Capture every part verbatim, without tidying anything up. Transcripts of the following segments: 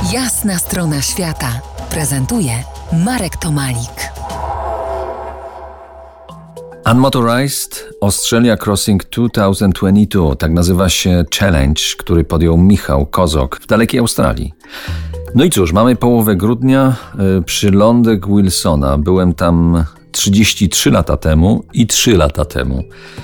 Jasna strona świata prezentuje Marek Tomalik. Unmotorized Australia Crossing dwa tysiące dwudziesty drugi, tak nazywa się challenge, który podjął Michał Kozok w dalekiej Australii. No i cóż, mamy połowę grudnia, przylądek Wilsona. Byłem tam trzydzieści trzy lata temu i trzy lata temu.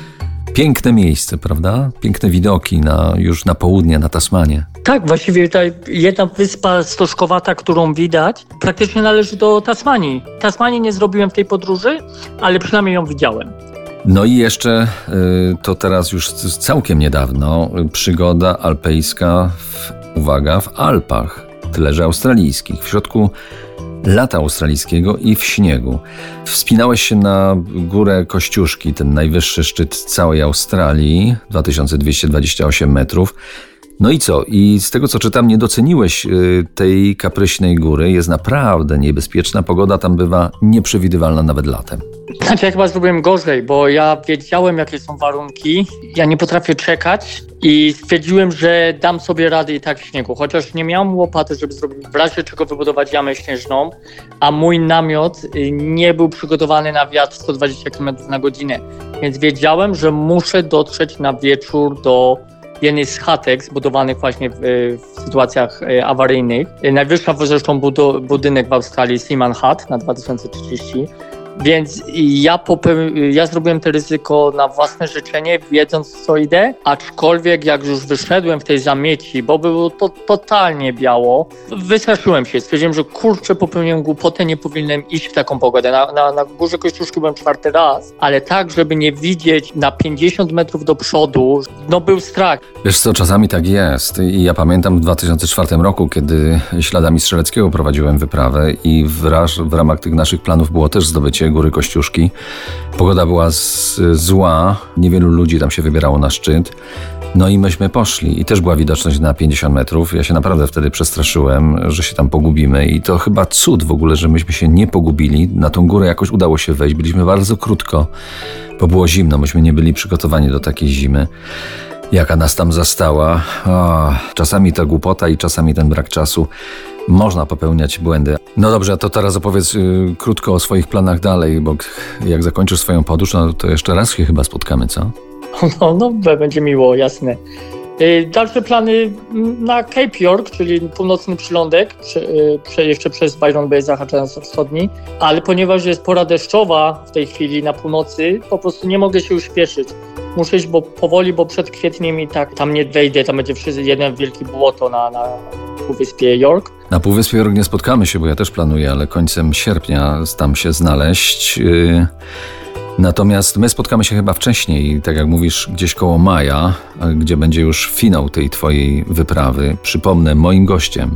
Piękne miejsce, prawda? Piękne widoki na, już na południe, na Tasmanię. Tak, właściwie ta jedna wyspa stożkowata, którą widać, praktycznie należy do Tasmanii. Tasmanii nie zrobiłem w tej podróży, ale przynajmniej ją widziałem. No i jeszcze y, to teraz już całkiem niedawno przygoda alpejska, w, uwaga, w Alpach, tyle że australijskich, w środku lata australijskiego i w śniegu. Wspinałeś się na górę Kościuszki, ten najwyższy szczyt całej Australii, dwa tysiące dwieście dwadzieścia osiem metrów. No i co? I z tego, co czytam, nie doceniłeś y, tej kapryśnej góry. Jest naprawdę niebezpieczna. Pogoda tam bywa nieprzewidywalna nawet latem. Znaczy ja chyba zrobiłem gorzej, bo ja wiedziałem, jakie są warunki. Ja nie potrafię czekać i stwierdziłem, że dam sobie radę i tak w śniegu. Chociaż nie miałem łopaty, żeby zrobić w razie czego wybudować jamę śnieżną, a mój namiot nie był przygotowany na wiatr sto dwadzieścia kilometrów na godzinę. Więc wiedziałem, że muszę dotrzeć na wieczór do jednej z chatek zbudowanych właśnie w, w sytuacjach awaryjnych. Najwyższa zresztą budo, budynek w Australii, Seaman Hut na dwa tysiące trzydzieści. Więc ja, popeł- ja zrobiłem to ryzyko na własne życzenie, wiedząc co idę, aczkolwiek jak już wyszedłem w tej zamieci, bo było to totalnie biało, wystraszyłem się, stwierdziłem, że kurczę, popełniłem głupotę, nie powinienem iść w taką pogodę. Na, na, na górze Kościuszki byłem czwarty raz, ale tak, żeby nie widzieć na pięćdziesiąt metrów do przodu, no był strach. Wiesz co, czasami tak jest i ja pamiętam w dwa tysiące czwartym roku, kiedy śladami Strzeleckiego prowadziłem wyprawę i w, raż, w ramach tych naszych planów było też zdobycie góry Kościuszki. Pogoda była z, zła, niewielu ludzi tam się wybierało na szczyt. No i myśmy poszli i też była widoczność na pięćdziesiąt metrów. Ja się naprawdę wtedy przestraszyłem, że się tam pogubimy i to chyba cud w ogóle, że myśmy się nie pogubili. Na tą górę jakoś udało się wejść. Byliśmy bardzo krótko, bo było zimno. Myśmy nie byli przygotowani do takiej zimy, jaka nas tam zastała. O, czasami ta głupota i czasami ten brak czasu. Można popełniać błędy. No dobrze, to teraz opowiedz y, krótko o swoich planach dalej, bo jak zakończysz swoją podróż, no to jeszcze raz się chyba spotkamy, co? No, no będzie miło, jasne. Yy, dalsze plany na Cape York, czyli północny przylądek, prze, yy, prze, jeszcze przez Byron Bay zahaczając o wschodni, ale ponieważ jest pora deszczowa w tej chwili na północy, po prostu nie mogę się już śpieszyć. Muszę iść bo powoli, bo przed kwietniem i tak tam nie wejdę, tam będzie wszyscy jeden wielki błoto na, na Półwyspie York. Na Półwyspie York nie spotkamy się, bo ja też planuję, ale końcem sierpnia tam się znaleźć. Yy, natomiast my spotkamy się chyba wcześniej, tak jak mówisz, gdzieś koło maja, gdzie będzie już finał tej twojej wyprawy. Przypomnę, moim gościem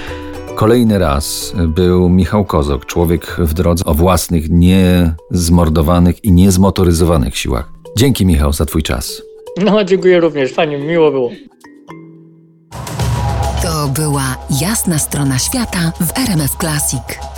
kolejny raz był Michał Kozok, człowiek w drodze o własnych, niezmordowanych i niezmotoryzowanych siłach. Dzięki, Michał, za twój czas. No, dziękuję również. Fajnie, miło było. To była Jasna strona świata w R M F Classic.